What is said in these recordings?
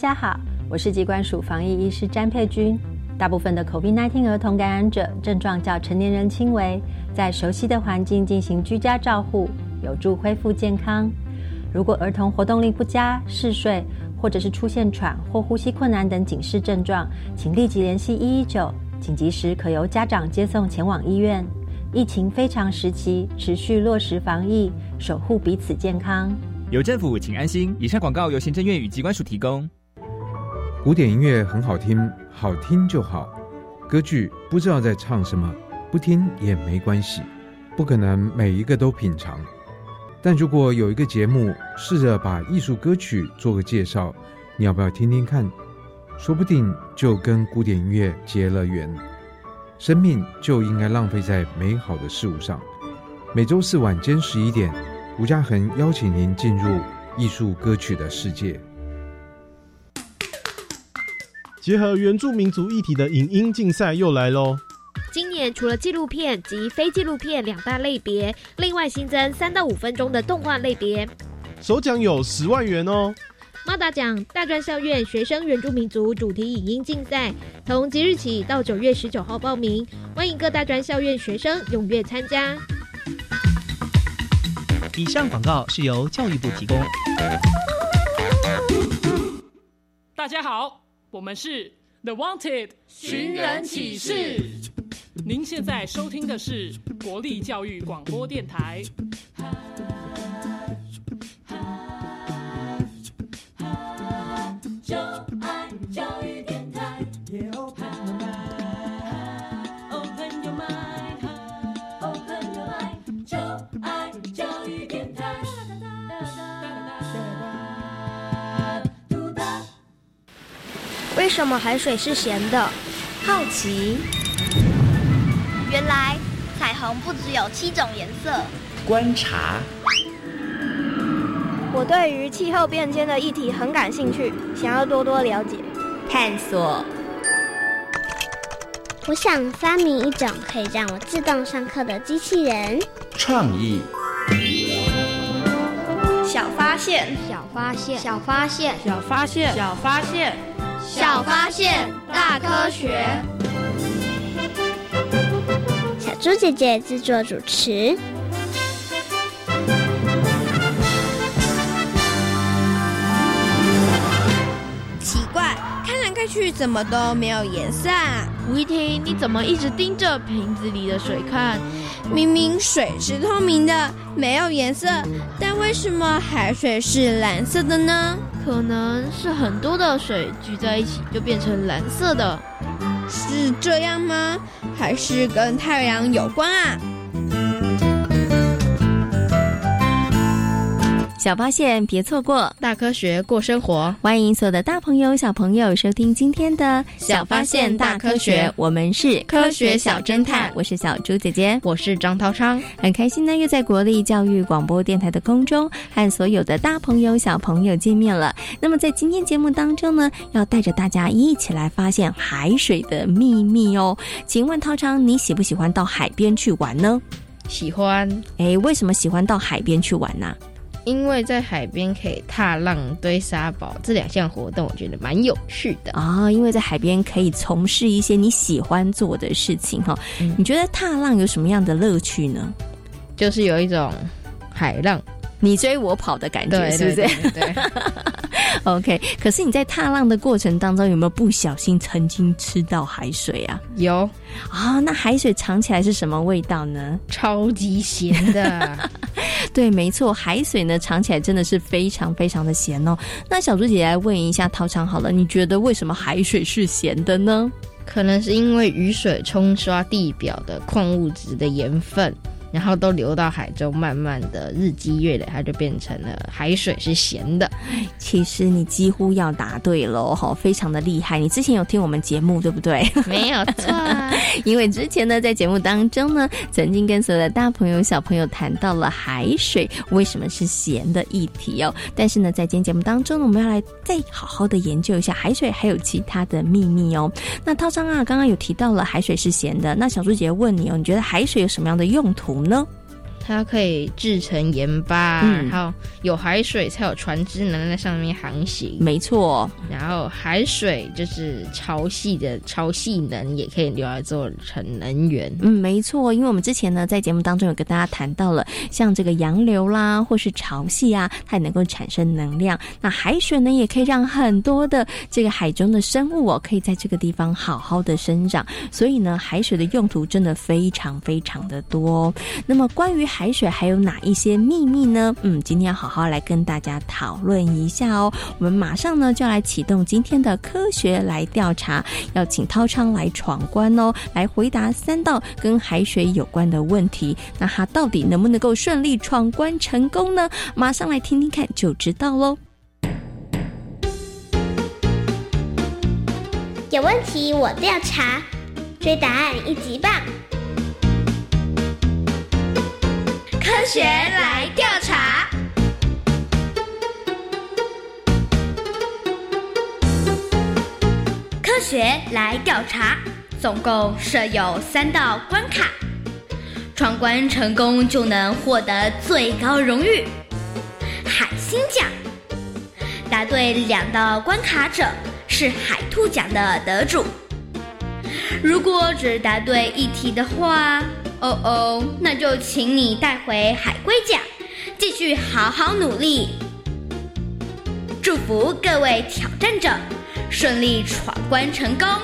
家好，我是疾管署防疫医师詹佩君。大部分的 COVID-19 儿童感染者症状较成年人轻微，在熟悉的环境进行居家照护，有助恢复健康。如果儿童活动力不佳、嗜睡，或者是出现喘或呼吸困难等警示症状，请立即联系119，紧急时可由家长接送前往医院。疫情非常时期，持续落实防疫，守护彼此健康。 有政府，请安心。以上广告由行政院与疾管署提供。 古典音乐很好听，好听就好。歌剧不知道在唱什么，不听也没关系，不可能每一个都品尝。但如果有一个节目试着把艺术歌曲做个介绍，你要不要听听看？说不定就跟古典音乐结了缘。生命就应该浪费在美好的事物上。每周四晚间11点，吴嘉恒邀请您进入艺术歌曲的世界。 结合原住民族议题的影音竞赛又来咯。 今年除了纪录片及非纪录片两大类别，另外新增3到5分钟的动画类别。 首奖有10万元哦。 猫达奖大专校院学生原住民族主题影音竞赛，从即日起到9月19号报名，欢迎各大专校院学生踊跃参加。 以上广告是由教育部提供。 大家好，我们是 The Wanted 寻人启事。您现在收听的是国立教育广播电台。就爱教育电台。Open your mind, open your mind， 就爱教育电台。 为什么海水是咸的？好奇。 原来彩虹不只有7种颜色。 观察。 我对于气候变迁的议题很感兴趣，想要多多了解。 探索。 我想发明一种可以让我自动上课的机器人。 创意。 小发现， 小发现， 小发现， 小发现，小发现， 小发现大科学。 小猪姐姐制作主持。 奇怪，看来看去怎么都没有颜色啊！ 吴一婷，你怎么一直盯着瓶子里的水看？ 明明水是透明的，没有颜色，但为什么海水是蓝色的呢？ 可能是很多的水聚在一起就变成蓝色的。 是这样吗？还是跟太阳有关啊？ 小发现别错过， 大科学过生活。 欢迎所有的大朋友小朋友收听今天的小发现大科学， 我们是科学小侦探。 我是小猪姐姐， 我是张涛昌。 很开心呢，又在国立教育广播电台的空中和所有的大朋友小朋友见面了。那么在今天节目当中呢，要带着大家一起来发现海水的秘密哦。请问涛昌，你喜不喜欢到海边去玩呢？ 喜欢。 为什么喜欢到海边去玩呢？ 因为在海边可以踏浪、堆沙堡，这2项活动我觉得蛮有趣的啊。因为在海边可以从事一些你喜欢做的事情哈。你觉得踏浪有什么样的乐趣呢？ 就是有一种海浪你追我跑的感觉，是不是？ 对。 OK， 可是你在踏浪的过程当中，有没有不小心曾经吃到海水啊？ 有啊。那海水尝起来是什么味道呢？ 超级咸的。 对，没错，海水呢尝起来真的是非常非常的咸哦。那小猪姐姐来问一下涛昌好了，你觉得为什么海水是咸的呢？ 可能是因为雨水冲刷地表的矿物质的盐分，然后都流到海中，慢慢的日积月累，它就变成了海水是咸的。 其实你几乎要答对了，非常的厉害。你之前有听我们节目对不对？ 没有错。 因为之前呢在节目当中呢，曾经跟所有的大朋友小朋友谈到了海水为什么是咸的议题哦。但是呢在今天节目当中呢，我们要来再好好的研究一下海水还有其他的秘密哦。那涛昌啊，刚刚有提到了海水是咸的，那小猪姐姐问你哦，你觉得海水有什么样的用途呢？ 它可以制成盐巴，然后有海水才有船只能在上面航行。 没错， 然后海水就是潮汐能，也可以留来做成能源。 没错，因为我们之前呢在节目当中有跟大家谈到了，像这个洋流啦，或是潮汐啊，它也能够产生能量。那海水呢，也可以让很多的这个海中的生物可以在这个地方好好的生长。所以呢，海水的用途真的非常非常的多。那么关于海水还有哪一些秘密呢？今天要好好来跟大家讨论一下哦。我们马上呢就来启动今天的科学来调查，要请涛昌来闯关哦，来回答3道跟海水有关的问题。那他到底能不能够顺利闯关成功呢？马上来听听看就知道咯。 有问题我调查，追答案1级棒。 科学来调查，科学来调查，总共设有3道关卡，闯关成功就能获得最高荣誉海星奖。答对2道关卡者是海兔奖的得主。如果只答对1题的话，那就请你带回海龟奖，继续好好努力。祝福各位挑战者顺利闯关成功。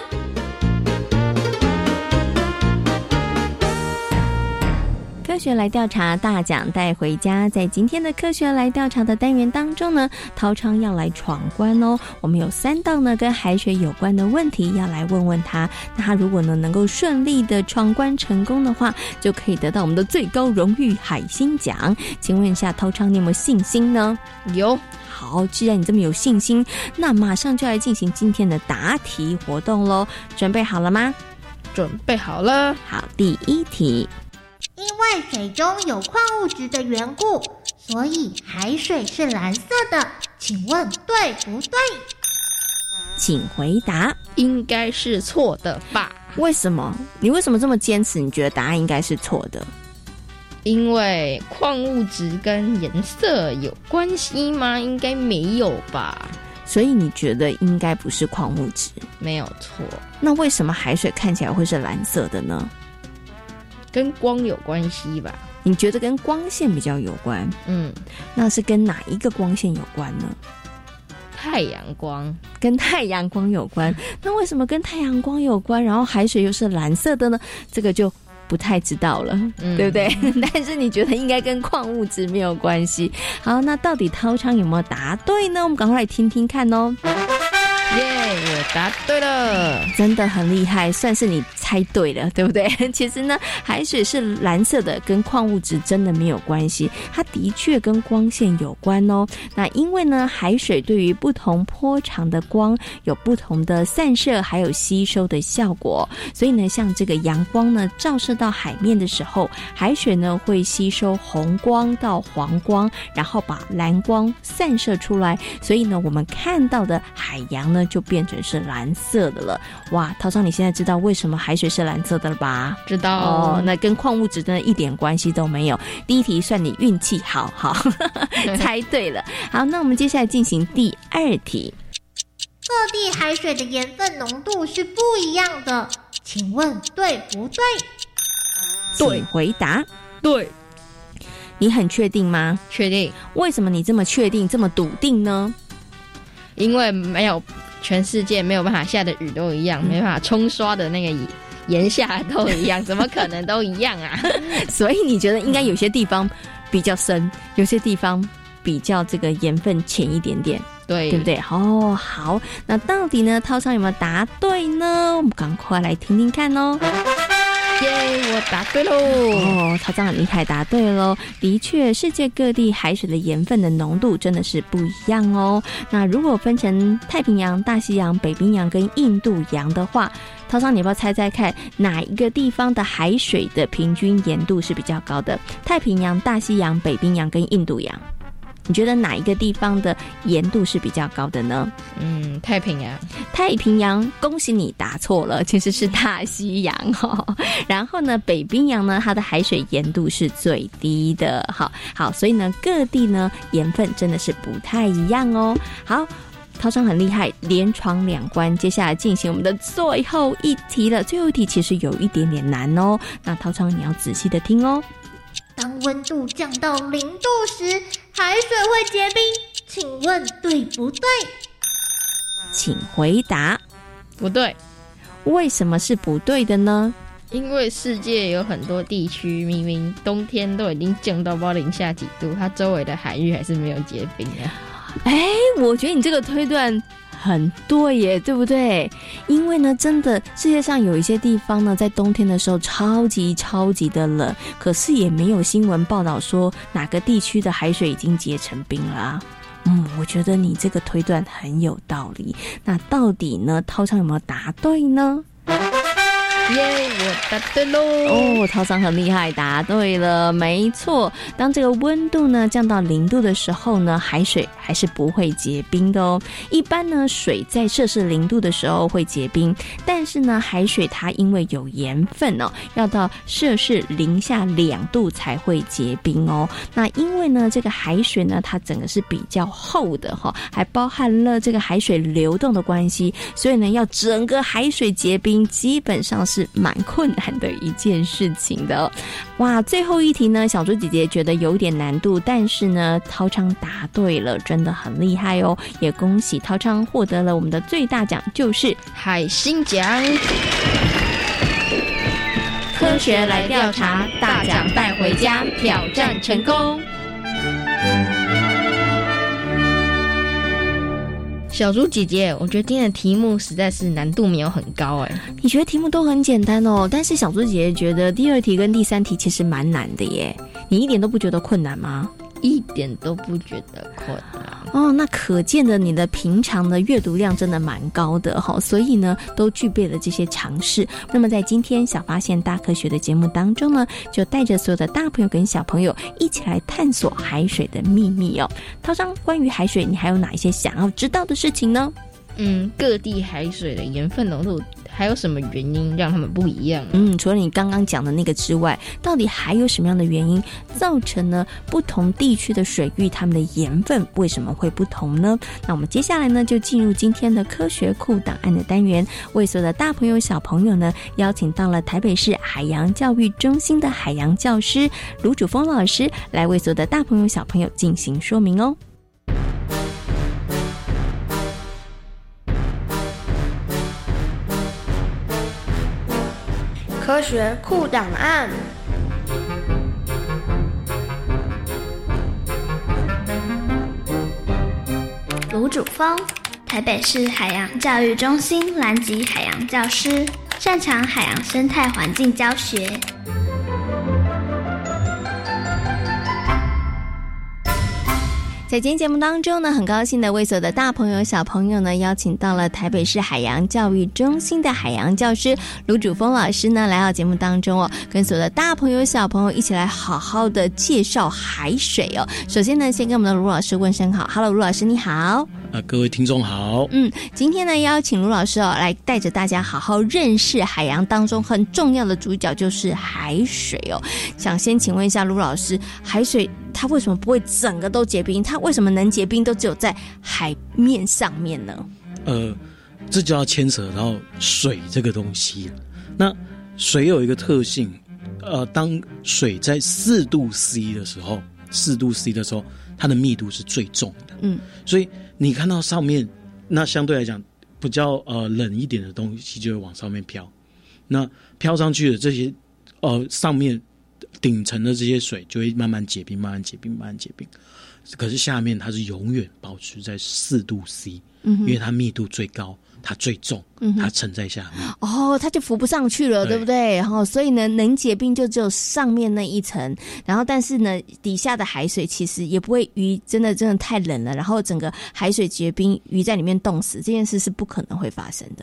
科学来调查，大奖带回家。在今天的科学来调查的单元当中呢，涛昌要来闯关哦。我们有3道呢跟海水有关的问题要来问问他。那他如果呢能够顺利的闯关成功的话，就可以得到我们的最高荣誉海星奖。请问一下，涛昌你有没有信心呢？ 有。 好，既然你这么有信心，那马上就来进行今天的答题活动咯。准备好了吗？ 准备好了。 好，第1题。 因为水中有矿物质的缘故，所以海水是蓝色的，请问对不对？ 请回答。 应该是错的吧？ 为什么？你为什么这么坚持？你觉得答案应该是错的？ 因为矿物质跟颜色有关系吗？应该没有吧。 所以你觉得应该不是矿物质？ 没有错。 那为什么海水看起来会是蓝色的呢？ 跟光有关系吧。 你觉得跟光线比较有关？那是跟哪一个光线有关呢？ 太阳光。 跟太阳光有关。那为什么跟太阳光有关，然后海水又是蓝色的呢？这个就不太知道了，对不对？但是你觉得应该跟矿物质没有关系。好，那到底涛昌有没有答对呢？我们赶快来听听看哦。 我答对了， 真的很厉害，算是你猜对了，对不对？其实呢，海水是蓝色的，跟矿物质真的没有关系，它的确跟光线有关哦。那因为呢，海水对于不同波长的光有不同的散射还有吸收的效果，所以呢，像这个阳光呢照射到海面的时候，海水呢会吸收红光到黄光，然后把蓝光散射出来，所以呢，我们看到的海洋呢就变成是蓝色的了。哇，涛昌，你现在知道为什么海水是蓝色的了吧？ 知道哦，那跟矿物质真的一点关系都没有。第1题算你运气好，猜对了。好，那我们接下来进行第2题。 各地海水的盐分浓度是不一样的，请问对不对？ 请回答。 对。 你很确定吗？ 确定。 为什么你这么确定，这么笃定呢？ 因为没有全世界没有办法下的雨都一样，没办法冲刷的那个盐下都一样，怎么可能都一样啊？ 所以你觉得应该有些地方比较深，有些地方比较这个盐分浅一点点，对不对？哦，好，那到底呢，涛昌有没有答对呢？我们赶快来听听看哦。 我答对喽！ 哦，涛昌很厉害，答对喽。的确，世界各地海水的盐分的浓度真的是不一样哦。那如果分成太平洋、大西洋、北冰洋跟印度洋的话，涛昌，你要不要猜猜看，哪一个地方的海水的平均盐度是比较高的？太平洋、大西洋、北冰洋跟印度洋？ 你觉得哪一个地方的盐度是比较高的呢？ 太平洋。 太平洋，恭喜你答错了，其实是大西洋然后呢，北冰洋呢，它的海水盐度是最低的。好，所以呢，各地呢盐分真的是不太一样哦。好。涛昌很厉害，连闯2关，接下来进行我们的最后一题了。最后一题其实有一点点难哦，那涛昌你要仔细的听哦。 当温度降到0度时，海水会结冰，请问对不对？ 请回答。 不对。 为什么是不对的呢？ 因为世界有很多地区明明冬天都已经降到不知道零下几度，它周围的海域还是没有结冰的。 我觉得你这个推断很对耶，对不对？因为呢，真的世界上有一些地方呢，在冬天的时候超级的冷，可是也没有新闻报道说哪个地区的海水已经结成冰了啊。我觉得你这个推断很有道理。那到底呢，涛昌有没有答对呢？ 我答对喽！ 涛昌很厉害，答对了，没错。当这个温度呢降到0度的时候呢，海水还是不会结冰的哦。一般呢，水在摄氏0度的时候会结冰，但是呢，海水它因为有盐分哦，要到摄氏零下2度才会结冰哦。那因为呢，这个海水呢，它整个是比较厚的还包含了这个海水流动的关系，所以呢，要整个海水结冰，基本上是蛮困难的一件事情的哦。哇，最后一题呢，小猪姐姐觉得有点难度，但是呢，涛昌答对了，真的很厉害哦！也恭喜涛昌获得了我们的最大奖，就是海星奖。 科学来调查，大奖带回家，挑战成功。 小猪姐姐，我觉得今天的题目实在是难度没有很高你觉得题目都很简单哦，但是小猪姐姐觉得第2题跟第3题其实蛮难的耶。你一点都不觉得困难吗？ 一点都不觉得困难那可见的你的平常的阅读量真的蛮高的所以呢都具备了这些常识。那么在今天小发现大科学的节目当中呢，就带着所有的大朋友跟小朋友一起来探索海水的秘密哦。涛昌，关于海水你还有哪一些想要知道的事情呢？ 各地海水的盐分浓度还有什么原因让他们不一样？ 除了你刚刚讲的那个之外，到底还有什么样的原因造成呢不同地区的水域它们的盐分为什么会不同呢？那我们接下来呢就进入今天的科学库档案的单元，为所有的大朋友小朋友呢邀请到了台北市海洋教育中心的海洋教师卢主峰老师来为所有的大朋友小朋友进行说明哦。 科学库档案。 卢主峰，台北市海洋教育中心蓝级海洋教师，擅长海洋生态环境教学。 在今天节目当中呢，很高兴的为所有的大朋友小朋友呢邀请到了台北市海洋教育中心的海洋教师卢主峰老师呢来到节目当中哦，跟所有的大朋友小朋友一起来好好的介绍海水哦。首先呢，先跟我们的卢老师问声好。 Hello， 卢老师你好。 各位听众好。 今天呢邀请卢老师来带着大家好好认识海洋当中很重要的主角就是海水哦。想先请问一下卢老师，海水它为什么不会整个都结冰？它为什么能结冰都只有在海面上面呢？ 这就要牵扯到水这个东西了。那水有一个特性，当水在4度C 的时候，4度C 的时候，它的密度是最重的。所以你看到上面，那相对来讲比较冷一点的东西就会往上面飘，那飘上去的这些上面顶层的这些水就会慢慢结冰，慢慢结冰，慢慢结冰。可是下面它是永远保持在4度C，因为它密度最高，它最重，它沉在下面。它就浮不上去了，对不对？所以呢，能结冰就只有上面那一层，然后但是呢，底下的海水其实也不会鱼真的太冷了，然后整个海水结冰，鱼在里面冻死，这件事是不可能会发生的。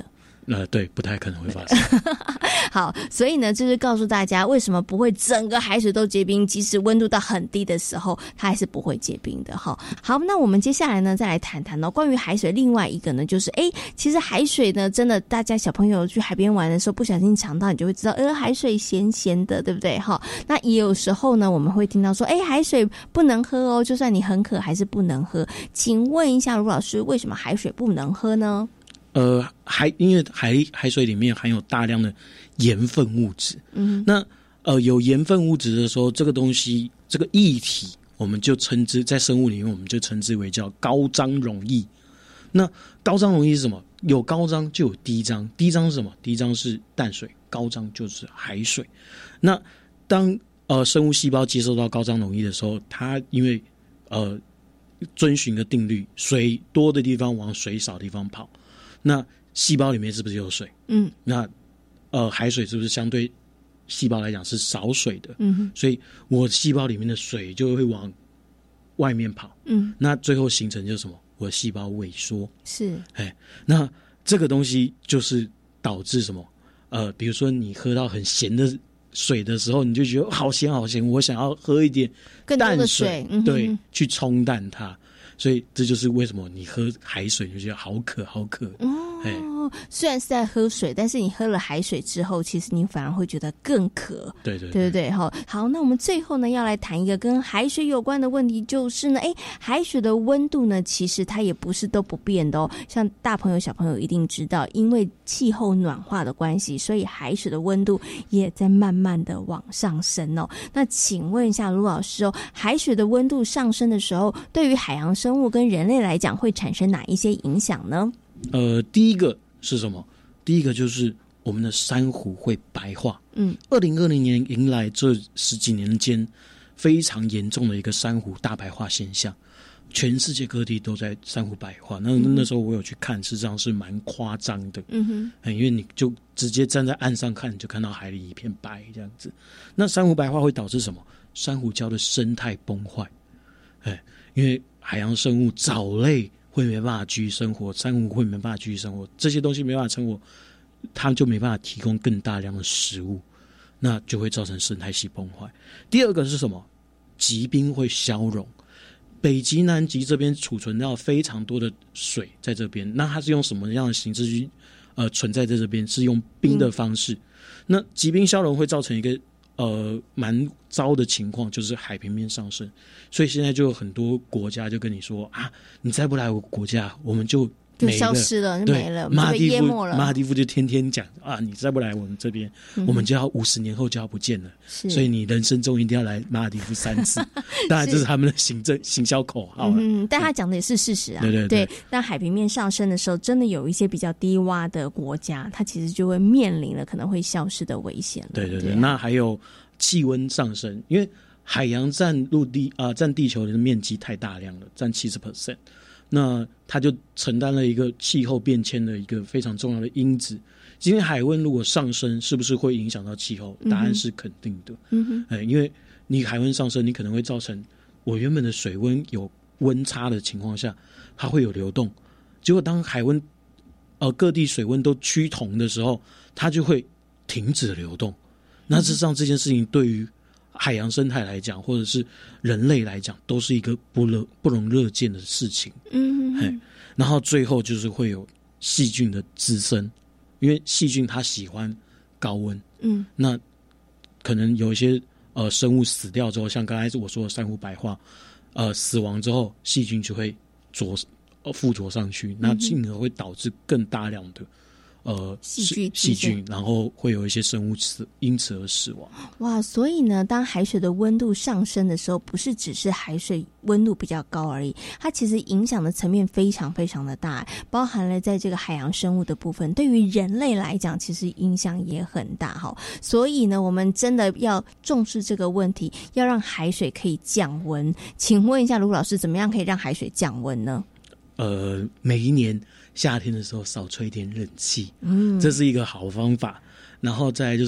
对，不太可能会发生。 好，所以呢，就是告诉大家为什么不会整个海水都结冰，即使温度到很低的时候，它还是不会结冰的哈。好，那我们接下来呢，再来谈谈关于海水另外一个呢，就是其实海水呢，真的大家小朋友去海边玩的时候，不小心尝到，你就会知道，海水咸咸的，对不对哈？那也有时候呢，我们会听到说，海水不能喝哦，就算你很渴还是不能喝。请问一下卢老师，为什么海水不能喝呢？ 因为海水里面含有大量的盐分物质，那有盐分物质的时候，这个东西这个液体，我们就称之在生物里面我们就称之为叫高张溶液。那高张溶液是什么？有高张就有低张，低张是什么？低张是淡水，高张就是海水。那当生物细胞接受到高张溶液的时候，它因为遵循个定律，水多的地方往水少的地方跑。那细胞里面是不是有水？那海水是不是相对细胞来讲是少水的？所以我细胞里面的水就会往外面跑。那最后形成就是什么？我的细胞萎缩。是，那这个东西就是导致什么？比如说你喝到很咸的水的时候，你就觉得好咸好咸，我想要喝一点更多的水， 对，去冲淡它。所以这就是为什么你喝海水就觉得好渴好渴。 虽然是在喝水，但是你喝了海水之后，其实你反而会觉得更渴。对，好，那我们最后呢要来谈一个跟海水有关的问题，就是呢，海水的温度呢，其实它也不是都不变的哦。像大朋友小朋友一定知道，因为气候暖化的关系，所以海水的温度也在慢慢的往上升哦。那请问一下卢老师海水的温度上升的时候，对于海洋生物跟人类来讲会产生哪一些影响呢？ 第一个是什么？第一个就是我们的珊瑚会白化。2020年迎来这10几年间非常严重的一个珊瑚大白化现象，全世界各地都在珊瑚白化。那时候我有去看，事实上是蛮夸张的。因为你就直接站在岸上看，你就看到海里一片白这样子。那珊瑚白化会导致什么？珊瑚礁的生态崩坏。因为海洋生物藻类会没办法继续生活，珊瑚会没办法继续生活，这些东西没办法生活，它就没办法提供更大量的食物，那就会造成生态系崩坏。第二个是什么？极冰会消融，北极南极这边储存到非常多的水在这边，那它是用什么样的形式去存在这边？是用冰的方式。那极冰消融会造成一个蛮糟的情况，就是海平面上升。所以现在就有很多国家就跟你说你再不来我国家，我们就消失了，就没了，我们就被淹没了。 马尔地夫就天天讲你再不来我们这边，我们就要50年后就要不见了。所以你人生中一定要来马尔地夫3次。当然这是他们的行销口号。 但他讲的也是事实啊。 对。 当海平面上升的时候，真的有一些比较低洼的国家，它其实就会面临了可能会消失的危险了。 对。那还有气温上升，因为海洋占地球的面积太大量了，占 70%， 那它就承担了一个气候变迁的一个非常重要的因子。今天海温如果上升，是不是会影响到气候？答案是肯定的。因为你海温上升，你可能会造成我原本的水温有温差的情况下，它会有流动。结果当海温各地水温都趋同的时候，它就会停止流动。那事实上这件事情对于海洋生态来讲，或者是人类来讲，都是一个不容乐见的事情。然后最后就是会有细菌的滋生，因为细菌它喜欢高温。那可能有一些生物死掉之后，像刚才我说的珊瑚白化，死亡之后细菌就会附着上去，那进而会导致更大量的细菌，然后会有一些生物因此而死亡。 哇，所以呢，当海水的温度上升的时候，不是只是海水温度比较高而已，它其实影响的层面非常非常的大，包含了在这个海洋生物的部分，对于人类来讲，其实影响也很大哈。所以呢，我们真的要重视这个问题，要让海水可以降温。请问一下卢老师，怎么样可以让海水降温呢？ 每一年夏天的时候少吹点冷气，这是一个好方法。然后再来就是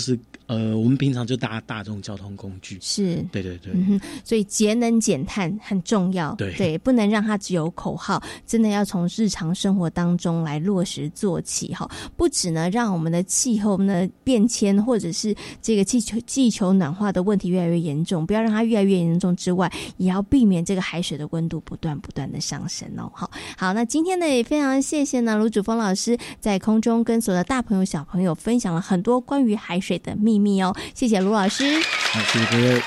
我们平常就搭大众交通工具。 是， 对对对， 所以节能减碳很重要。对，不能让它只有口号，真的要从日常生活当中来落实做起哈。不只呢让我们的气候呢变迁，或者是这个地球暖化的问题越来越严重，不要让它越来越严重之外，也要避免这个海水的温度不断的上升哦。好，那今天呢也非常谢谢呢卢主峰老师在空中跟所有的大朋友小朋友分享了很多关于海水的秘密哦，谢谢卢老师。 好，谢谢各位。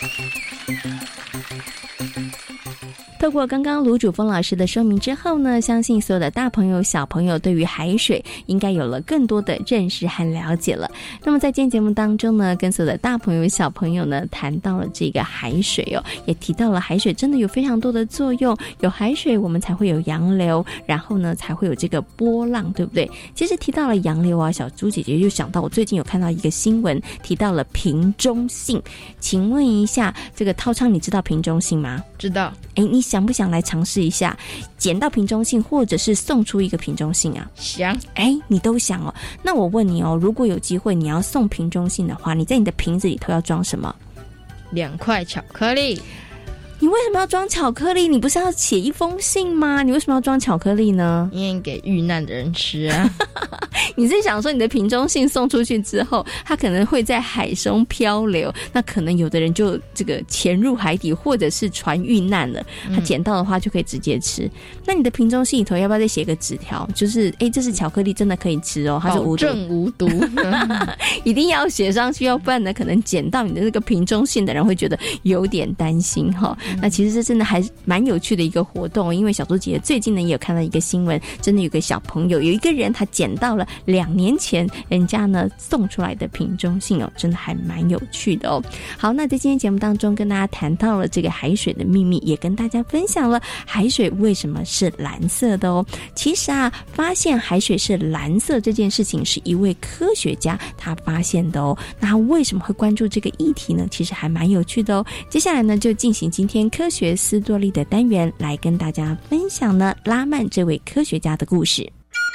透过刚刚卢主峰老师的说明之后呢，相信所有的大朋友小朋友对于海水应该有了更多的认识和了解了。那么在今天节目当中呢，跟所有的大朋友小朋友呢谈到了这个海水哦，也提到了海水真的有非常多的作用，有海水我们才会有洋流，然后呢才会有这个波浪，对不对？其实提到了洋流啊，小猪姐姐就想到我最近有看到一个新闻，提到了瓶中信。请问一下，这个涛昌你知道瓶中信吗？ 知道。 你想不想来尝试一下捡到瓶中信，或者是送出一个瓶中信啊？ 想。 你都想哦。那我问你哦，如果有机会你要送瓶中信的话，你在你的瓶子里头要装什么 ？2块巧克力。 你为什么要装巧克力？你不是要写一封信吗？你为什么要装巧克力呢？ 因为给遇难的人吃啊。 你是想说你的瓶中信送出去之后，它可能会在海中漂流，那可能有的人就这个潜入海底，或者是船遇难了，他捡到的话就可以直接吃。那你的瓶中信里头要不要再写个纸条，就是这是巧克力，真的可以吃哦，它是无毒， 保证无毒。 一定要写上去，要不然呢可能捡到你的这个瓶中信的人会觉得有点担心哈。那其实这真的还蛮有趣的一个活动，因为小猪姐姐最近呢也有看到一个新闻，真的有个小朋友，有一个人他捡到了2年前人家呢送出来的瓶中信哦，真的还蛮有趣的哦。好，那在今天节目当中跟大家谈到了这个海水的秘密，也跟大家分享了海水为什么是蓝色的哦。其实啊，发现海水是蓝色这件事情是一位科学家他发现的哦。那他为什么会关注这个议题呢？其实还蛮有趣的哦。接下来呢就进行今天科学斯多利的单元，来跟大家分享呢拉曼这位科学家的故事。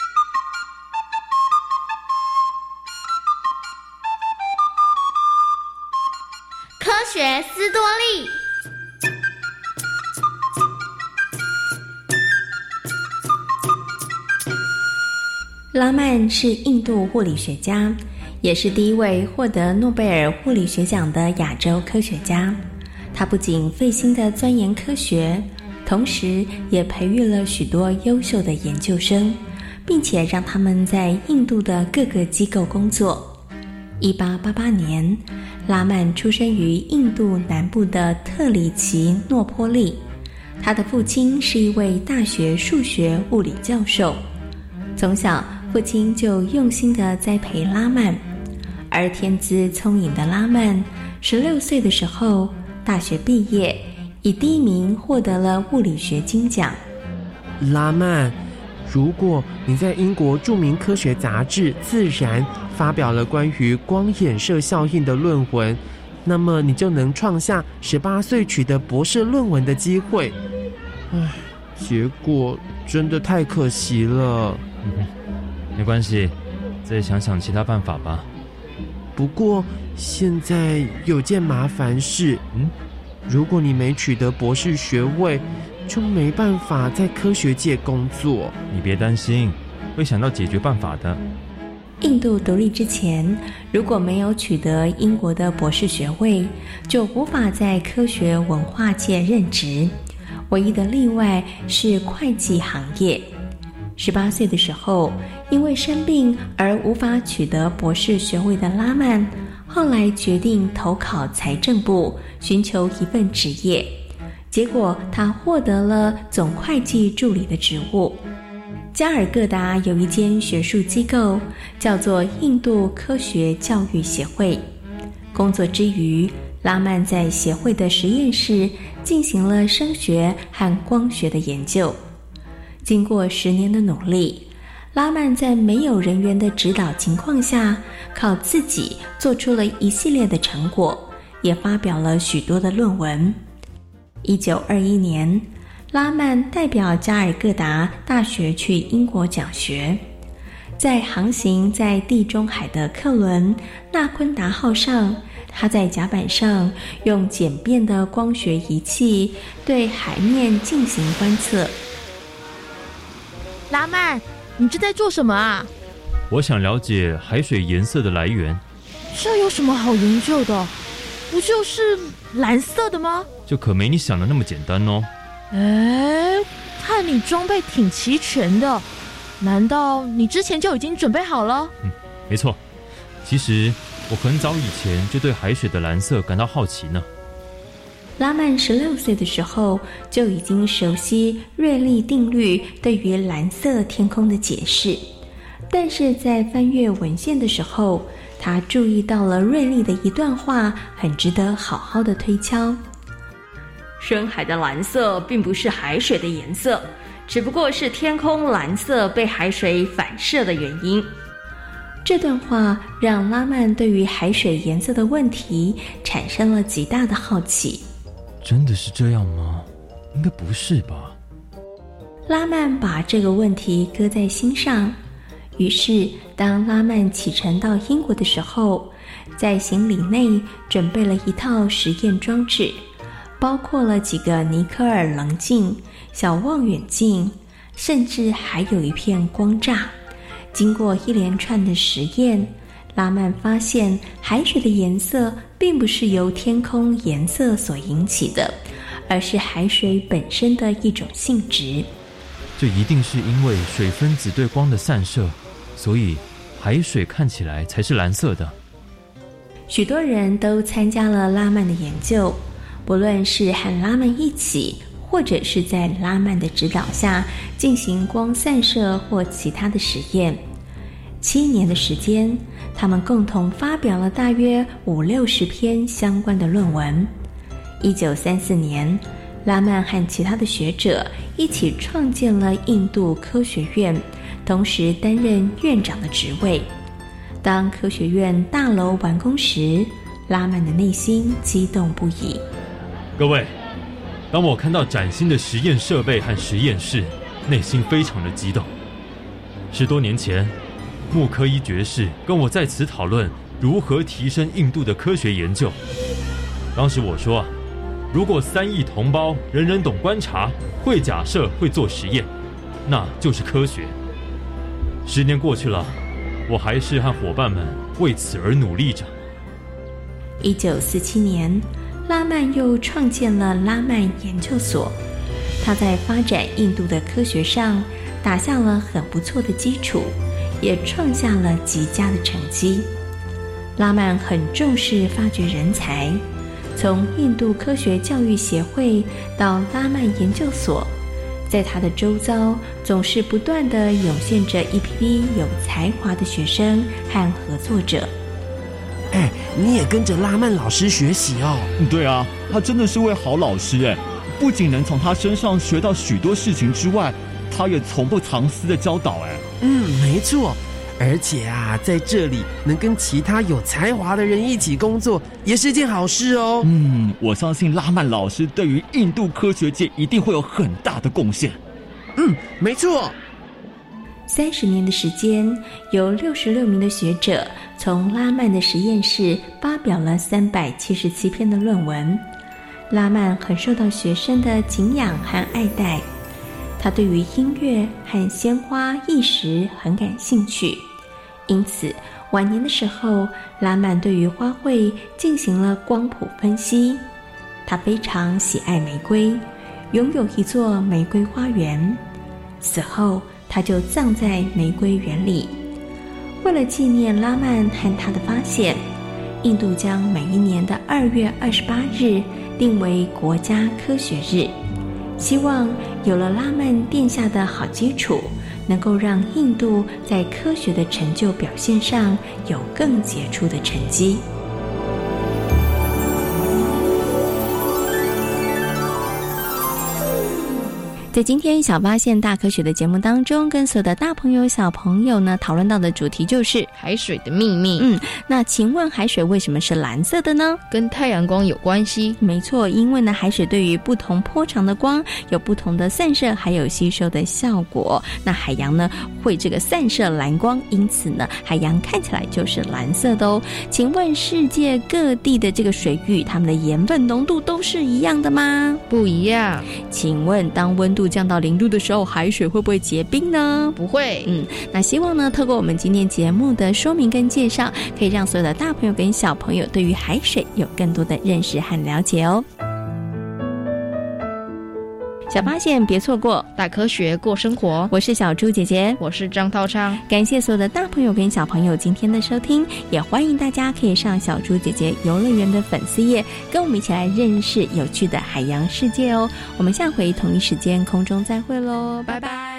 科学斯多利。 拉曼是印度物理学家，也是第一位获得诺贝尔物理学奖的亚洲科学家。他不仅费心地钻研科学，同时也培育了许多优秀的研究生，并且让他们在印度的各个机构工作。1888年，拉曼出生于印度南部的特里奇诺波利，他的父亲是一位大学数学物理教授。从小，父亲就用心地栽培拉曼，而天资聪颖的拉曼16岁的时候大学毕业，以第1名获得了物理学金奖。 拉曼，如果你在英国著名科学杂志《自然》发表了关于光衍射效应的论文，那么你就能创下18岁取得博士论文的机会。结果真的太可惜了。 没关系，再想想其他办法吧。 不过现在有件麻烦事，如果你没取得博士学位，就没办法在科学界工作。 你别担心，会想到解决办法的。 印度独立之前，如果没有取得英国的博士学位，就无法在科学文化界任职。唯一的例外是会计行业。18岁的时候，因为生病而无法取得博士学位的拉曼，后来决定投考财政部，寻求一份职业。结果他获得了总会计助理的职务。加尔各答有一间学术机构，叫做印度科学教育协会。工作之余，拉曼在协会的实验室进行了声学和光学的研究。经过10年的努力，拉曼在没有人员的指导情况下，靠自己做出了一系列的成果，也发表了许多的论文。1921年，拉曼代表加尔各答大学去英国讲学。 在航行在地中海的客轮纳昆达号上，他在甲板上用简便的光学仪器对海面进行观测。 拉曼，你这在做什么啊？ 我想了解海水颜色的来源。 这有什么好研究的？不就是蓝色的吗？ 这可没你想的那么简单哦。 看你装备挺齐全的，难道你之前就已经准备好了？ 没错。其实我很早以前就对海水的蓝色感到好奇呢。 拉曼16岁的时候就已经熟悉瑞利定律对于蓝色天空的解释，但是在翻阅文献的时候，他注意到了瑞利的一段话，很值得好好的推敲。深海的蓝色并不是海水的颜色，只不过是天空蓝色被海水反射的原因。这段话让拉曼对于海水颜色的问题产生了极大的好奇。 真的是这样吗？应该不是吧。 拉曼把这个问题搁在心上，于是当拉曼启程到英国的时候，在行李内准备了一套实验装置，包括了几个尼科尔棱镜、小望远镜，甚至还有一片光栅。经过一连串的实验，拉曼发现海水的颜色并不是由天空颜色所引起的，而是海水本身的一种性质。 这一定是因为水分子对光的散射，所以海水看起来才是蓝色的。 许多人都参加了拉曼的研究，不论是和拉曼一起，或者是在拉曼的指导下进行光散射或其他的实验。7年的时间，他们共同发表了大约50-60篇相关的论文。1934年，拉曼和其他的学者一起创建了印度科学院，同时担任院长的职位。当科学院大楼完工时，拉曼的内心激动不已。 各位，当我看到崭新的实验设备和实验室，内心非常的激动。10多年前，穆科伊爵士跟我在此讨论如何提升印度的科学研究。当时我说，如果3亿同胞人人懂观察，会假设，会做实验，那就是科学。10年过去了，我还是和伙伴们为此而努力着。 1947年，拉曼又创建了拉曼研究所。他在发展印度的科学上打下了很不错的基础，也创下了极佳的成绩。拉曼很重视发掘人才，从印度科学教育协会到拉曼研究所，在他的周遭总是不断地涌现着一批有才华的学生和合作者。 你也跟着拉曼老师学习哦。 对啊，他真的是位好老师不仅能从他身上学到许多事情之外，他也从不藏私的教导没错。而且啊，在这里能跟其他有才华的人一起工作，也是件好事哦。 我相信拉曼老师对于印度科学界一定会有很大的贡献。 没错。 30年的时间，有66名的学者从拉曼的实验室发表了377篇的论文。拉曼很受到学生的敬仰和爱戴，他对于音乐和鲜花艺术很感兴趣，因此晚年的时候，拉曼对于花卉进行了光谱分析。他非常喜爱玫瑰，拥有一座玫瑰花园。死后他就葬在玫瑰园里。为了纪念拉曼和他的发现，印度将每一年的2月28日定为国家科学日，希望有了拉曼奠下的好基础，能够让印度在科学的成就表现上有更杰出的成绩。 在今天小发现大科学的节目当中，跟所有的大朋友小朋友呢讨论到的主题就是海水的秘密。 那请问海水为什么是蓝色的呢？ 跟太阳光有关系。 没错，因为呢海水对于不同波长的光有不同的散射还有吸收的效果。那海洋呢会这个散射蓝光，因此呢海洋看起来就是蓝色的哦。请问世界各地的这个水域，它们的盐分浓度都是一样的吗？ 不一样。 请问当温度降到0度的时候，海水会不会结冰呢？ 不会。 那希望呢透过我们今天节目的说明跟介绍，可以让所有的大朋友跟小朋友对于海水有更多的认识和了解哦。小发现别错过， 大科学过生活。 我是小猪姐姐， 我是张涛昌。 感谢所有的大朋友跟小朋友今天的收听，也欢迎大家可以上小猪姐姐游乐园的粉丝页，跟我们一起来认识有趣的海洋世界哦。我们下回同一时间空中再会咯，拜拜。